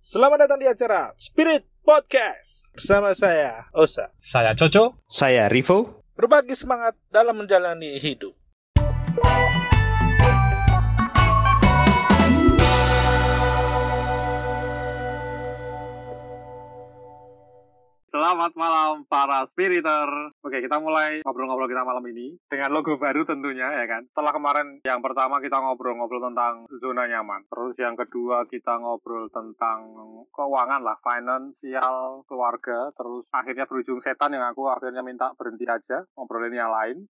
Selamat datang di acara Spirit Podcast bersama saya, Osa. Saya Coco. Saya Rivo. Berbagi semangat dalam menjalani hidup. Selamat malam para spiriter. Oke, kita mulai ngobrol-ngobrol kita malam ini dengan logo baru tentunya ya kan. Setelah kemarin yang pertama kita ngobrol-ngobrol tentang zona nyaman. Terus yang kedua kita ngobrol tentang keuangan lah, finansial, keluarga. Terus akhirnya berujung setan yang aku akhirnya minta berhenti aja ngobrolin yang lain.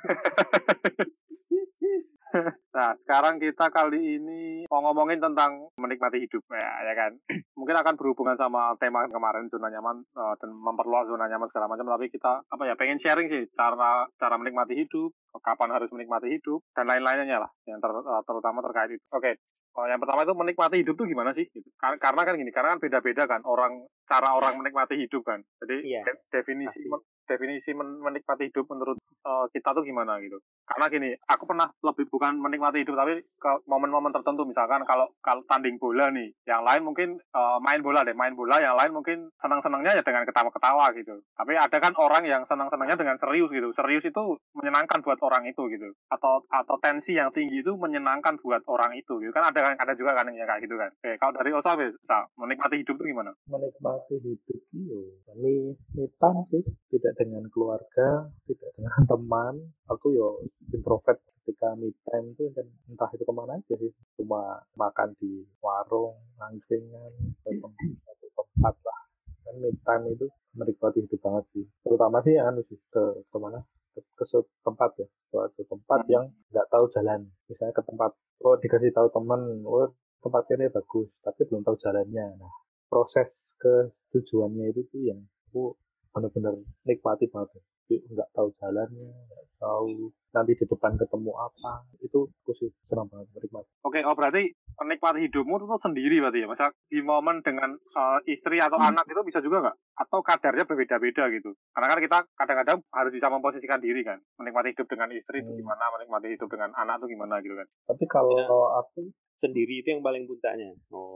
Nah, sekarang kita kali ini mau ngomongin tentang menikmati hidup ya kan. Mungkin akan berhubungan sama tema kemarin zona nyaman dan memperluas zona nyaman segala macam. Tapi kita pengen sharing sih cara menikmati hidup, kapan harus menikmati hidup dan lain-lainnya lah yang terutama terkait itu. Oke. Yang pertama itu menikmati hidup tuh gimana sih? Gitu. Karena kan beda-beda kan cara orang menikmati hidup kan. Jadi definisi menikmati hidup menurut kita tuh gimana gitu. Karena gini, aku pernah lebih bukan menikmati hidup tapi ke momen-momen tertentu, misalkan kalau tanding bola nih, yang lain mungkin main bola, yang lain mungkin senang-senangnya ya dengan ketawa-ketawa gitu. Tapi ada kan orang yang senang-senangnya dengan serius gitu. Serius itu menyenangkan buat orang itu gitu. Atau tensi yang tinggi itu menyenangkan buat orang itu gitu. Kan ada juga kan yang kayak gitu kan. Oke, kalau dari Osa menikmati hidup itu gimana? Menikmati hidup itu kami time sih, tidak dengan keluarga, tidak dengan teman. Aku introvert ketika me time itu, dan entah itu kemana aja sih, cuma makan di warung, angkringan, satu tempat lah. Kan me time itu menikmati hidup banget sih, terutama sih ke mana, ke suatu tempat ya, suatu tempat yang nggak tahu jalan. Misalnya ke tempat, dikasih tahu teman, tempat ini bagus, tapi belum tahu jalannya. Nah, proses ke tujuannya itu tuh yang aku benar-benar nikmati banget. Nggak tahu jalannya, nggak tahu nanti di depan ketemu apa, itu aku sih senang banget menikmati. Oke, berarti menikmati hidupmu itu sendiri berarti ya? Masa di momen dengan istri atau anak itu bisa juga nggak? Atau kadarnya berbeda-beda gitu? Karena kan kita kadang-kadang harus bisa memposisikan diri kan. Menikmati hidup dengan istri itu gimana, menikmati hidup dengan anak itu gimana gitu kan. Tapi kalau aku sendiri itu yang paling puncaknya.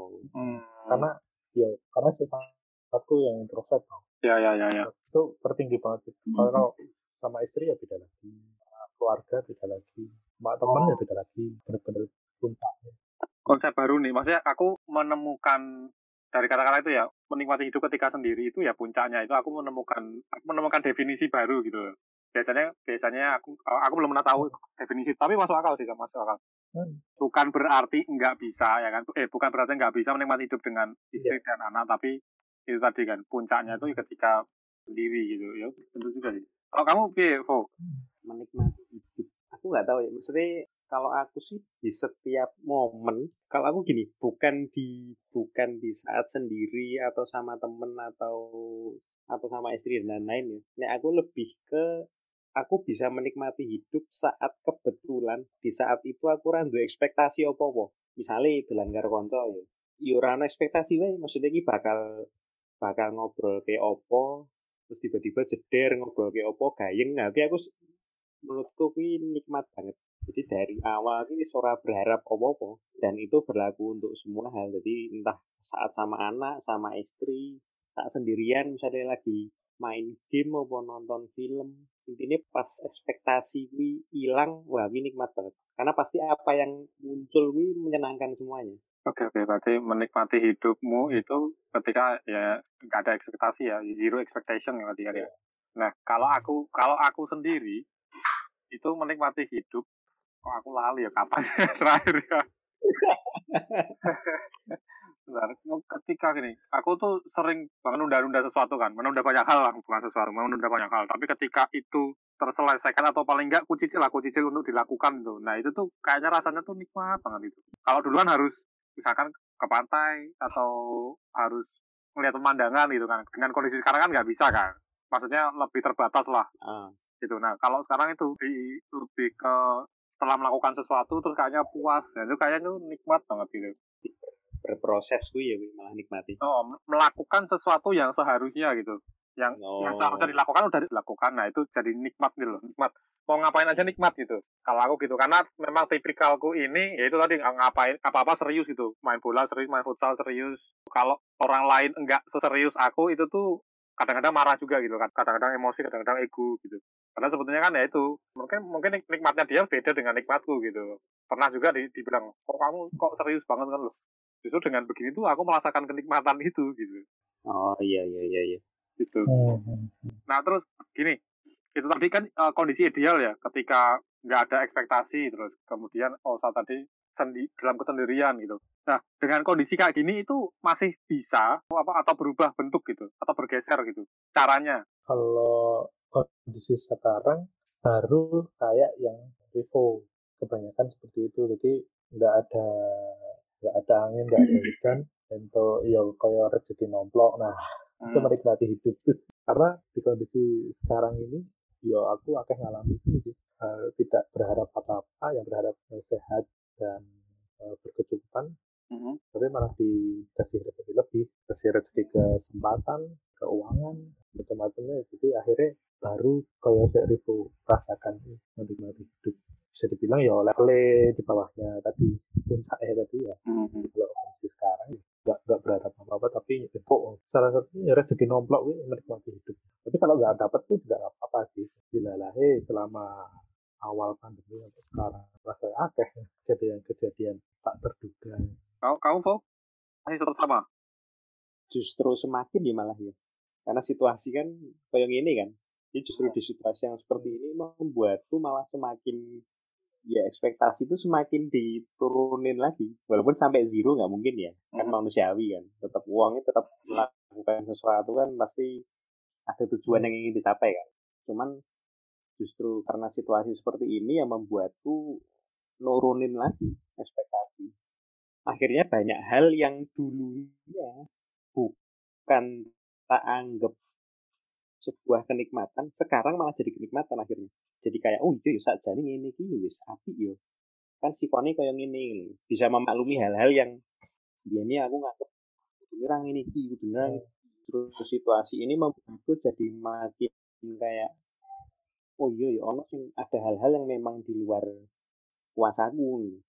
Karena sifat aku yang introvert. Ya. Itu tertinggi banget. Kalau sama istri ya beda lagi, keluarga beda lagi, sama teman ya beda lagi, benar-benar puncaknya. Konsep baru nih, maksudnya aku menemukan dari kata-kata itu ya, menikmati hidup ketika sendiri itu ya puncaknya itu aku menemukan definisi baru gitu. Biasanya aku belum pernah tahu definisi, tapi masuk akal sih, masuk akal. Bukan berarti nggak bisa ya kan, bukan berarti nggak bisa menikmati hidup dengan istri dan anak, tapi itu tadi kan puncaknya itu ketika sendiri gitu ya, tentu juga sih. Kalau kamu Vo? Menikmati hidup, aku nggak tahu ya, maksudnya kalau aku sih di setiap momen. Kalau aku gini, bukan di saat sendiri atau sama temen atau sama istri dan lain-lain ya. Nah, aku lebih ke aku bisa menikmati hidup saat kebetulan di saat itu aku ora duwe ekspektasi apa-apa. Misale dolan karo kanca ya. Ya ora ana ekspektasi wae, maksudnya iki bakal ngobrol kayak opo, terus tiba-tiba jeder ngobrol kayak opo, gayeng. Nah, aku menurutku kuwi nikmat banget. Jadi dari awal ini ora berharap apa-apa, dan itu berlaku untuk semua hal. Jadi entah saat sama anak, sama istri, saat sendirian misalnya lagi main game maupun nonton film, intinya pas ekspektasi kuwi hilang, wah ini nikmat banget. Karena pasti apa yang muncul kuwi menyenangkan semuanya. Oke, berarti menikmati hidupmu itu ketika ya nggak ada ekspektasi ya, zero expectation ya berarti ya. Nah, kalau aku sendiri itu menikmati hidup, aku lali ya kapan terakhir ya. Bentar, ketika gini, aku tuh sering menunda-nunda sesuatu kan, menunda banyak hal lah, bukan sesuatu, menunda banyak hal. Tapi ketika itu terselesaikan atau paling enggak kucicil untuk dilakukan tuh. Nah itu tuh kayaknya rasanya tuh nikmat banget itu. Kalau duluan harus misalkan ke pantai atau harus melihat pemandangan gitu kan, dengan kondisi sekarang kan nggak bisa kan, maksudnya lebih terbatas lah gitu. Nah kalau sekarang itu lebih ke setelah melakukan sesuatu terus kayaknya puas, ya, itu kayaknya nikmat banget gitu. Berproses gue ya malah nikmati. Melakukan sesuatu yang seharusnya gitu, yang seharusnya dilakukan udah dilakukan. Nah itu jadi nikmat gitu loh, nikmat mau ngapain aja nikmat gitu kalau aku gitu, karena memang tipikalku ini yaitu tadi ngapain apa-apa serius gitu, main bola serius, main futsal serius. Kalau orang lain enggak seserius aku itu tuh kadang-kadang marah juga gitu kan, kadang-kadang emosi, kadang-kadang ego gitu, karena sebetulnya kan ya itu mungkin nikmatnya dia beda dengan nikmatku gitu. Pernah juga dibilang kok kamu kok serius banget kan loh, justru dengan begini tuh aku merasakan kenikmatan itu gitu. Oh iya Gitu. Nah terus gini, itu tadi kan kondisi ideal ya, ketika nggak ada ekspektasi, terus kemudian saat tadi dalam kesendirian gitu. Nah dengan kondisi kayak gini itu masih bisa atau berubah bentuk gitu atau bergeser gitu caranya? Kalau kondisi sekarang baru kayak yang Revo kebanyakan seperti itu, jadi nggak ada angin, nggak ada hujan, untuk ya kayak rezeki nomplok. Nah itu menikmati hidup karena di kondisi sekarang ini ya aku akan ngalami itu sih, tidak berharap apa-apa, yang berharap sehat dan berkecukupan, tapi malah dikasih rezeki lebih, kasih rezeki kesempatan, keuangan, macam-macamnya. Jadi akhirnya baru kayak saya Rivo rasakan menikmati hidup. Bisa dibilang ya levelnya di bawahnya tadi, puncaknya tadi ya. Kalau kondisi sekarang nggak berharap apa-apa, tapi kok salah satunya rezeki nomplok menikmati hidup. Tapi kalau nggak dapat tuh tidak apa-apa sih. Dilalahi selama awal pandemi sampai sekarang rasanya akeh kejadian tak terduga. Kamu Fo masih tetap sama? Justru semakin ya malah ya, karena situasi kan kayak gini kan, jadi justru di situasi yang seperti ini membuatku malah semakin ya ekspektasi itu semakin diturunin lagi, walaupun sampai zero nggak mungkin ya, kan manusiawi kan, tetap uangnya tetap melakukan sesuatu kan pasti ada tujuan yang ingin dicapai kan. Cuman justru karena situasi seperti ini yang membuatku nurunin lagi ekspektasi. Akhirnya banyak hal yang dulunya bukan tak anggap sebuah kenikmatan, sekarang malah jadi kenikmatan akhirnya. Jadi kayak iya ya sakjane ngene iki wis apik yo. Kan sikone koyo ngene, bisa memaklumi hal-hal yang biasanya aku nganggep kurang ini iki, beneran. Terus situasi ini membuatku jadi makin kayak iya ya ono sing ada hal-hal yang memang di luar kuasaku.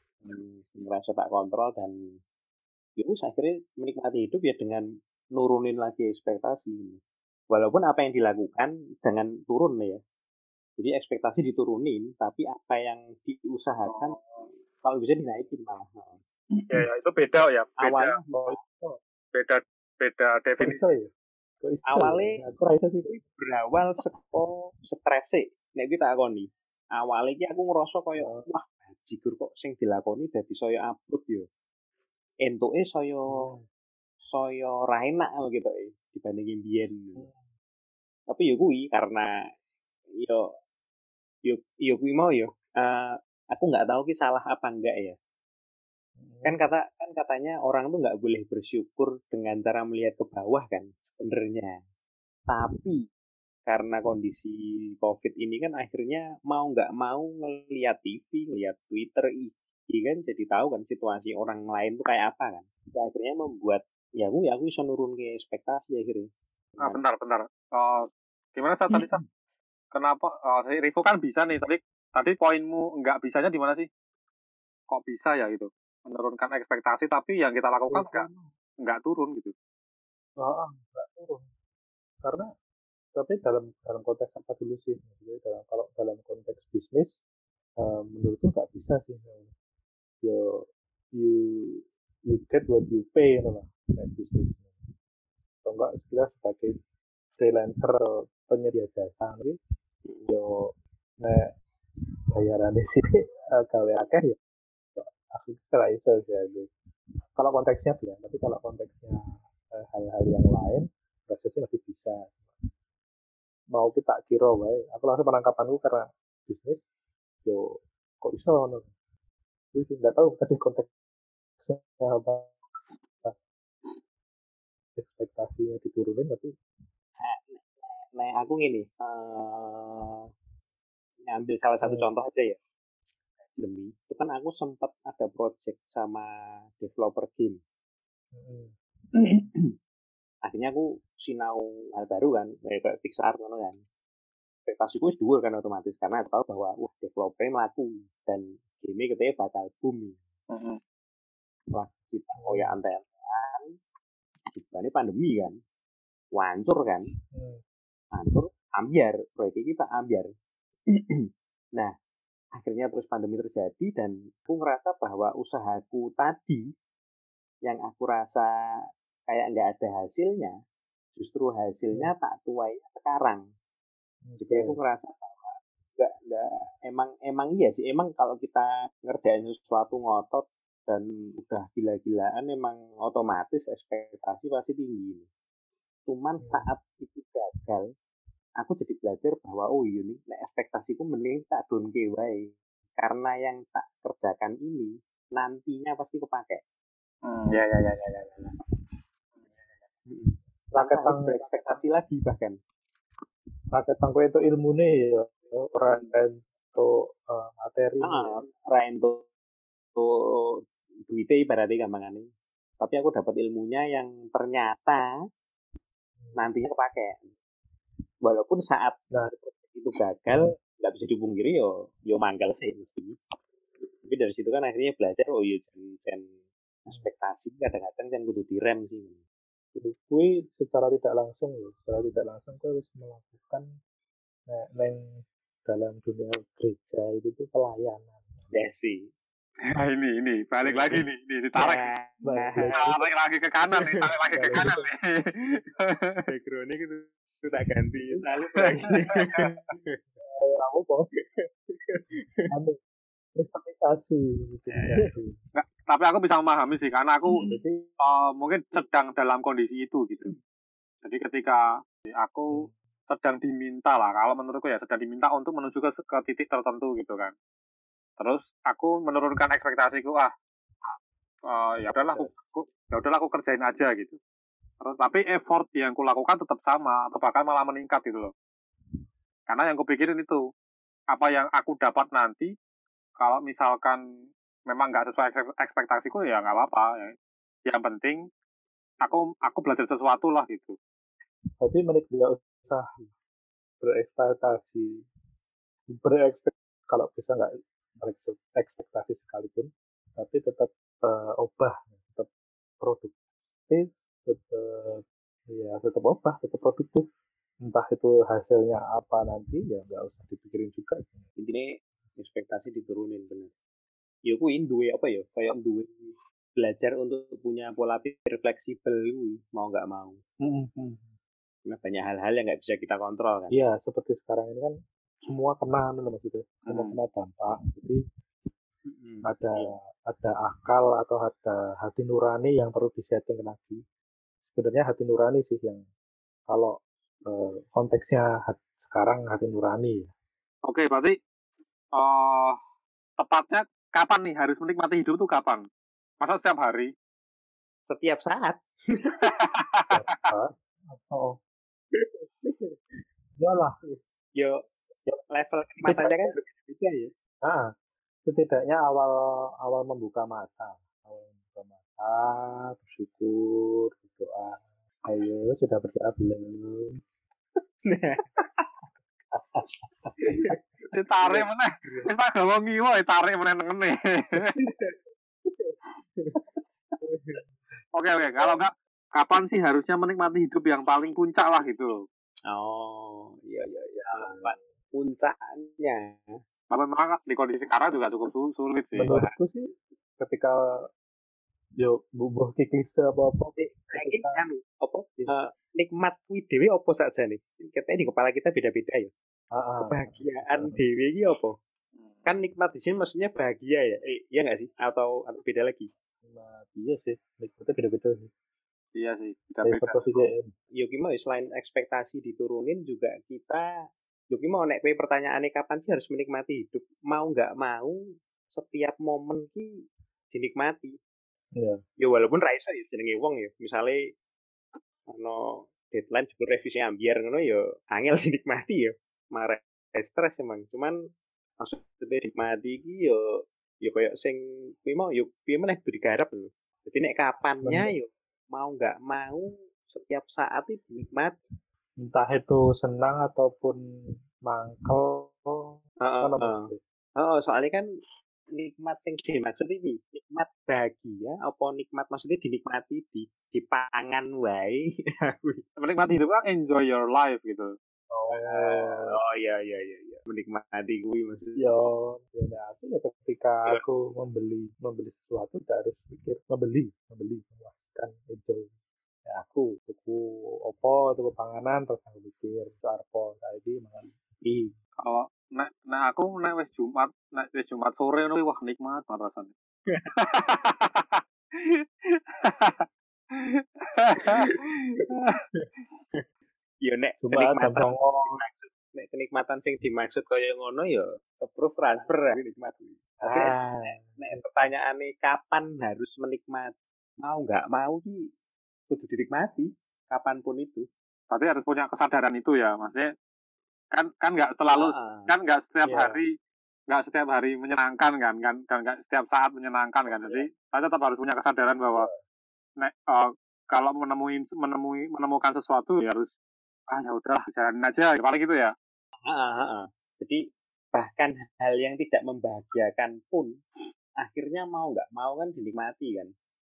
Merasa tak kontrol dan ya wis akhirnya menikmati hidup ya dengan nurunin lagi ekspektasi. Walaupun apa yang dilakukan jangan turun ya. Jadi ekspektasi diturunin, tapi apa yang diusahakan kalau bisa dinaikin malah. Ya itu beda ya. Awalnya beda definisi. Awalnya aku rasa sih berawal stres sih. Nek kita akoni. Awalnya iki aku ngerasa koyo wah jigur kok sing dilakoni dadi saya upload yo. Entuke saya ra enak gitu dibandingin biyen. Tapi yo kuwi karena yo kuwi mau yo. Aku nggak tahu ki salah apa enggak ya. Kan katanya orang tuh nggak boleh bersyukur dengan cara melihat ke bawah kan sebenarnya. Tapi karena kondisi COVID ini kan akhirnya mau nggak mau ngelihat TV, ngelihat Twitter, IG kan jadi tahu kan situasi orang lain tuh kayak apa kan. Itu akhirnya membuat ya aku bisa nurun ke ekspektasi akhirnya. Bentar. Gimana saat tadi? Kenapa? Rivo kan bisa nih, tadi poinmu nggak bisanya di mana sih? Kok bisa ya gitu? Menurunkan ekspektasi, tapi yang kita lakukan nggak turun gitu. Nggak turun. Karena tapi dalam konteks apa dulu sih? Kalau dalam konteks bisnis, menurutku nggak bisa sih. You get what you pay, lah bisnis. Atau enggak sebagai freelancer atau penyedia jasa, yo bayaran di sini gawe akeh ya aku kira iso sih aku. Kalau konteksnya ya, tapi kalau konteksnya hal-hal yang lain prosesnya masih bisa. Mau kita kira wae, aku langsung penangkapanku karena bisnis yo kok iso ngono. Aku nggak tahu tadi konteksnya apa, ekspektasinya diturunin tapi aku gini ngambil salah satu contoh aja ya. Demi itu kan aku sempat ada project sama developer game. akhirnya aku sinau hal baru kan, kayak Pixar ngono kan. Ekspektasiku wis dhuwur kan otomatis karena aku tahu bahwa developer mlaku dan game katanya bakal boom. Wah, kita koyak anten-anten, jadinya pandemi kan, wancur kan, hancur, ambiar, proyek ini Pak ambiar. Nah, akhirnya terus pandemi terjadi dan aku ngerasa bahwa usahaku tadi yang aku rasa kayak nggak ada hasilnya, justru hasilnya tak tuai sekarang. Jadi aku ngerasa bahwa nggak emang iya sih, emang kalau kita ngerjain sesuatu ngotot dan udah gila-gilaan emang otomatis ekspektasi pasti tinggi. Cuman saat itu gagal, aku jadi belajar bahwa oh iya nih, ekspektasiku mending tak donke wae. Karena yang tak kerjakan ini nantinya pasti kepake. Ya. Rakyat berekspektasi lagi bahkan. Rakyat tangko itu ilmu nih ya, orang untuk materi. Orang untuk duitnya ibaratnya gampangannya. Tapi aku dapat ilmunya yang ternyata nantinya kepake. Walaupun saat itu gagal, nggak bisa dipungkiri yo manggal sih mesti. Tapi dari situ kan akhirnya belajar jangan ekspektasi kadang-kadang kan kudu direm sih. Gue secara tidak langsung gue harus melakukan dalam dunia gereja itu tuh pelayanan. Ya sih. Nah ini balik lagi nih ditarik lagi ke kanan nih, tarik lagi ke kanan nih. Backgroundnya gitu tak ganti selalu lagi. Kamu kok kristenisasi. Tapi aku bisa memahami sih karena aku mungkin sedang dalam kondisi itu gitu. Jadi ketika aku sedang diminta lah, kalau menurutku ya sedang diminta untuk menuju ke titik tertentu gitu kan. Terus aku menurunkan ekspektasiku, ya udahlah aku kerjain aja gitu. Terus tapi effort yang aku lakukan tetap sama atau bahkan malah meningkat gitu loh. Karena yang kupikirin itu apa yang aku dapat nanti kalau misalkan memang nggak sesuai ekspektasiku ya nggak apa-apa. Yang penting aku belajar sesuatu lah gitu. Tapi menik tidak usah berekspektasi kalau bisa nggak ekspektasi sekalipun, tapi tetap tetap produktif, tetap produktif. Entah itu hasilnya apa nanti ya nggak usah dipikirin juga. Intinya ekspektasi diturunin bener. Ya aku duwe apa ya, kayak duwe belajar untuk punya pola pikir fleksibel mau nggak mau. Karena banyak hal-hal yang nggak bisa kita kontrol kan. Iya, seperti sekarang ini kan semua kena maksudnya, semua kena dampak. Jadi ada akal atau ada hati nurani yang perlu disetting lagi. Sebenarnya hati nurani sih yang kalau konteksnya sekarang hati nurani. Oke, berarti tepatnya kapan nih harus menikmati hidup tuh kapan? Masa setiap hari? Setiap saat. Iyalah. Yo level matanya kan berbeda ya. Setidaknya awal membuka mata, bersyukur, berdoa. Ayo, sudah berdoa belum? Ditarik meneh. Kita gak mau ngiwo ditarik meneh ngene. Oke. Kalau enggak kapan sih harusnya menikmati hidup yang paling puncak lah gitu. Oh, iya. Puncaknya. Tapi memang di kondisi sekarang juga cukup sulit sih. Menurutku sih ketika bubuh kikis apa-apa nikmat kuwi dhewe apa sakjane? Katanya di kepala kita beda-beda ya. Kebahagiaan dhewe iki apa? Kan nikmat di sini maksudnya bahagia ya. Iya enggak sih? Atau beda lagi? Iya sih, nikmatnya beda-beda sih. Iya sih, beda-beda. Yogi mau selain ekspektasi diturunin juga kita Yogi mau nek pertanyaannya kapan sih harus menikmati hidup? Mau nggak mau setiap momen ki dinikmati. Iya. Ya walaupun ra iso ya jenenge wong ya. Misale ono deadline juga revisi ambiar ngono ya angel dinikmati ya. Marah stres emang. Cuman maksudnya dinikmati iki ya koyo sing kuwi mau yo piye meneh kudu digarap lho. Jadi nek kapannya yo mau nggak mau setiap saat itu dinikmati. Entah itu senang ataupun mangkel, kan apa? Soalnya kan nikmat yang dimaksud ini nikmat bahagia apa nikmat maksudnya dinikmati dipangan wae. Menikmati hidup kan enjoy your life gitu. Iya menikmati kuwi maksudnya. Ya aku ya ketika aku membeli sesuatu tidak harus mikir membeli memuaskan enjoy. Ya aku tuku tuku panganan terus aku mikir arpo saiki mangan iki. Kalau aku wis Jumat sore ngono wah nikmat banget rasane. Ya nek kenikmatan sing dimaksud kaya ngono ya approve transfer ya nikmati. Tapi nek pertanyaane kapan harus menikmati? Mau enggak mau ki kudu dinikmati kapanpun itu. Tapi harus punya kesadaran itu ya, maksudnya kan enggak selalu kan enggak setiap hari menyenangkan kan enggak setiap saat menyenangkan kan. Jadi saya tetap harus punya kesadaran bahwa kalau menemukan sesuatu ya harus ya udah jalanin aja paling gitu ya. Jadi bahkan hal yang tidak membahagiakan pun akhirnya mau nggak mau kan dinikmati kan.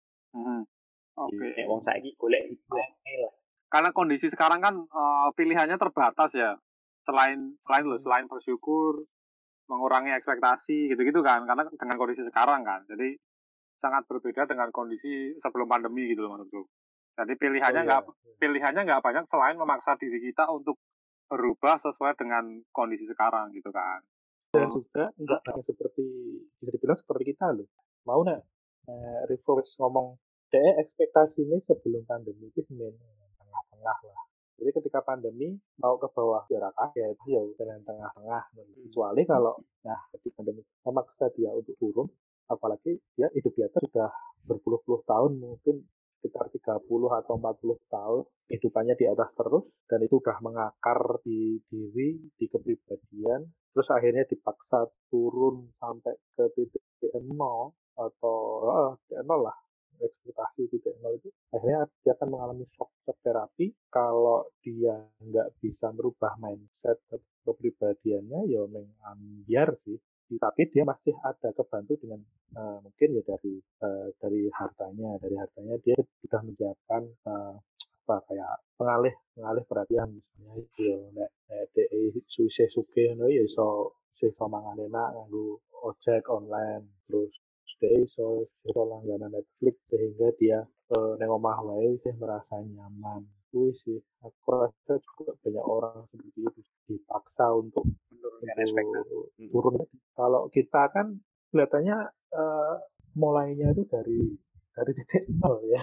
Oke. Wong saiki golek lah. Karena kondisi sekarang kan pilihannya terbatas ya. Selain bersyukur, mengurangi ekspektasi gitu-gitu kan. Karena dengan kondisi sekarang kan. Jadi sangat berbeda dengan kondisi sebelum pandemi gitu loh maksudku. Jadi pilihannya nggak banyak selain memaksa diri kita untuk berubah sesuai dengan kondisi sekarang gitu kan. Dan juga nggak hanya seperti bisa dibilang seperti kita loh. Mau reverse ngomong ekspektasi ini sebelum pandemi itu tengah-tengah lah. Jadi ketika pandemi mau ke bawah ya kaget ya dengan tengah-tengah. Kecuali kalau ketika pandemi memaksa dia untuk turun, apalagi dia hidup di atas sudah berpuluh-puluh tahun mungkin sekitar 30 atau 40 tahun kehidupannya di atas terus dan itu udah mengakar di diri, di kepribadian, terus akhirnya dipaksa turun sampai ke titik nol atau titik nol lah, ekspektasi titik nol itu akhirnya dia akan mengalami shock terapi. Kalau dia nggak bisa merubah mindset kepribadiannya ya mengambiar sih. Tapi dia masih ada kebantu dengan mungkin ya dari hartanya dia sudah menyiapkan kayak pengalih perhatian misalnya yo nek suke no ya iso mangan enak nganggo ojek online terus dia iso langganan Netflix sehingga dia neng omah wae sih merasa nyaman. Kuwi sih aku rasa juga banyak orang seperti itu dipaksa untuk turun. Kalau kita kan kelihatannya mulainya itu dari titik nol ya.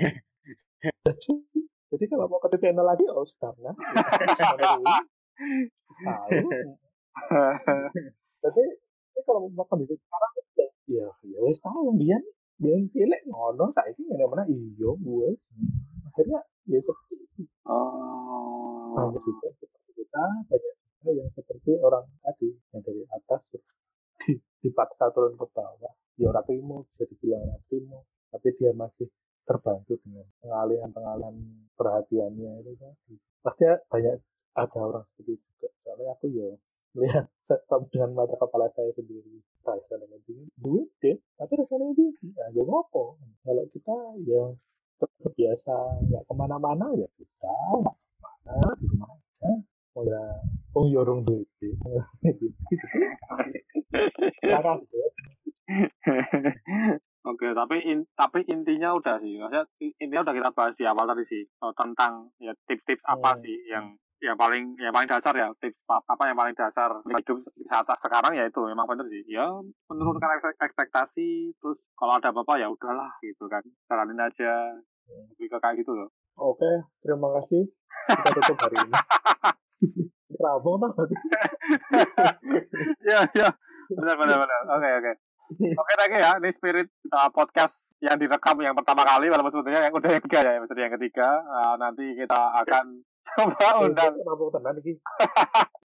Jadi kalau mau ke titik nol lagi sudah nah. Jadi kalau mau kondisi sekarang ya wis tahu biyen cilik ngono saiki ngene mana iyo wis. Akhirnya ya seperti itu. Banyak juga seperti kita, banyak juga yang seperti orang tadi yang dari atas dipaksa turun ke bawah. Ya orang terima, bisa dibilang orang terima, tapi dia masih terbantu dengan pengalihan perhatiannya itu tadi. Pasti banyak ada orang seperti itu juga. Soalnya aku ya melihat setop dengan mata kepala saya sendiri. Rasanya duit deh, tapi rasanya duit. Ya gue ngopo. Kalau kita ya terbiasa nggak kemana-mana ya kita nggak kemana di rumah aja. Yorong duit sih. Oke, tapi intinya udah sih. Maksudnya intinya udah kita bahas di awal tadi sih tentang ya tips-tips apa sih yang paling dasar ya, tips apa yang paling dasar hidup saat sekarang ya itu memang benar sih. Ya menurunkan ekspektasi, terus kalau ada apa-apa ya udahlah gitu kan. Jalanin aja. Lebih ke kayak gitu loh. Oke, terima kasih. Kita tutup hari ini. Rabong tau gak sih? Ya. Benar. Oke. Oke lagi ya, ini Spirit podcast yang direkam yang pertama kali, walaupun sebetulnya yang udah yang ketiga ya, maksudnya yang ketiga. Nanti kita akan coba undang.